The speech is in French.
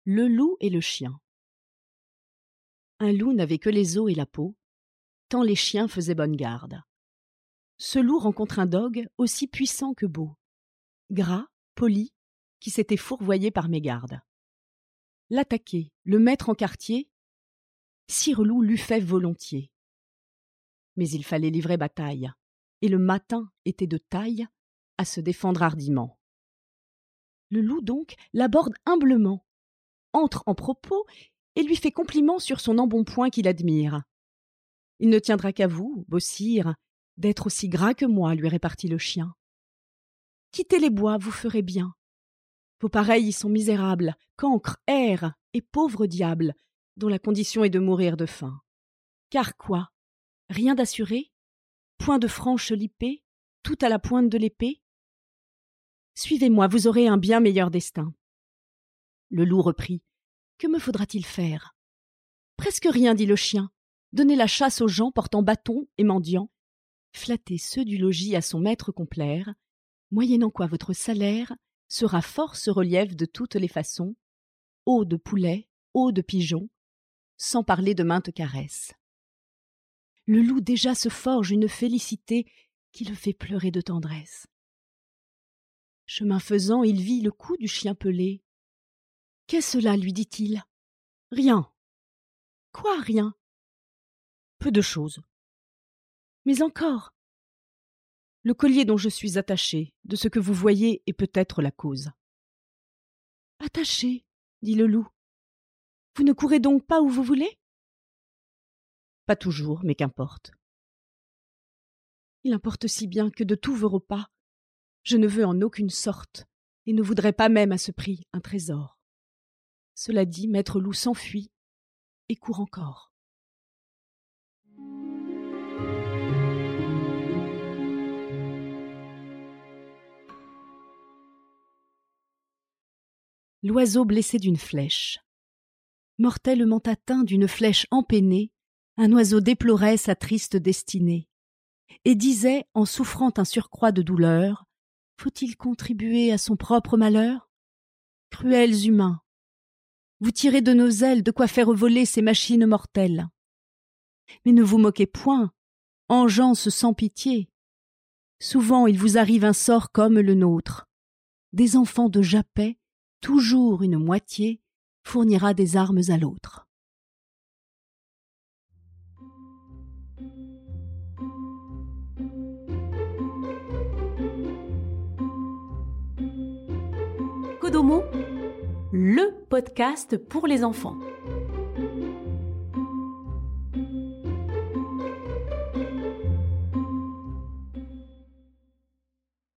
Le loup et le chien. Un loup n'avait que les os et la peau, tant les chiens faisaient bonne garde. Ce loup rencontre un dogue aussi puissant que beau, gras, poli, qui s'était fourvoyé par mégarde. L'attaquer, le mettre en quartier, sire loup l'eût fait volontiers. Mais il fallait livrer bataille, et le matin était de taille à se défendre hardiment. Le loup donc l'aborde humblement, entre en propos et lui fait compliment sur son embonpoint qu'il admire. « Il ne tiendra qu'à vous, beau sire, d'être aussi gras que moi, lui répartit le chien. Quittez les bois, vous ferez bien. Vos pareils y sont misérables, cancres, hères et pauvres diables, dont la condition est de mourir de faim. Car quoi? Rien d'assuré? Point de franche lippée, tout à la pointe de l'épée? Suivez-moi, vous aurez un bien meilleur destin. » Le loup reprit. « Que me faudra-t-il faire? » Presque rien, dit le chien. Donner la chasse aux gens portant bâton et mendiant, flatter ceux du logis à son maître complaire, moyennant quoi votre salaire sera force relief de toutes les façons, eau de poulet, eau de pigeon, sans parler de maintes caresses. Le loup déjà se forge une félicité qui le fait pleurer de tendresse. Chemin faisant, il vit le cou du chien pelé. « Qu'est-ce là? Lui dit-il. « Rien. » « Quoi, rien? » « Peu de choses. »« Mais encore. » « Le collier dont je suis attaché, de ce que vous voyez, est peut-être la cause. »« Attaché, dit le loup. Vous ne courez donc pas où vous voulez? » « Pas toujours, mais qu'importe. »« Il importe si bien que de tous vos repas, je ne veux en aucune sorte, et ne voudrais pas même à ce prix un trésor. » Cela dit, maître loup s'enfuit et court encore. L'oiseau blessé d'une flèche. Mortellement atteint d'une flèche empennée, un oiseau déplorait sa triste destinée, et disait, en souffrant un surcroît de douleur, « Faut-il contribuer à son propre malheur? Cruels humains, vous tirez de nos ailes de quoi faire voler ces machines mortelles. Mais ne vous moquez point, engeance sans pitié. Souvent il vous arrive un sort comme le nôtre. Des enfants de Japet, toujours une moitié fournira des armes à l'autre. Kodomo, le podcast pour les enfants.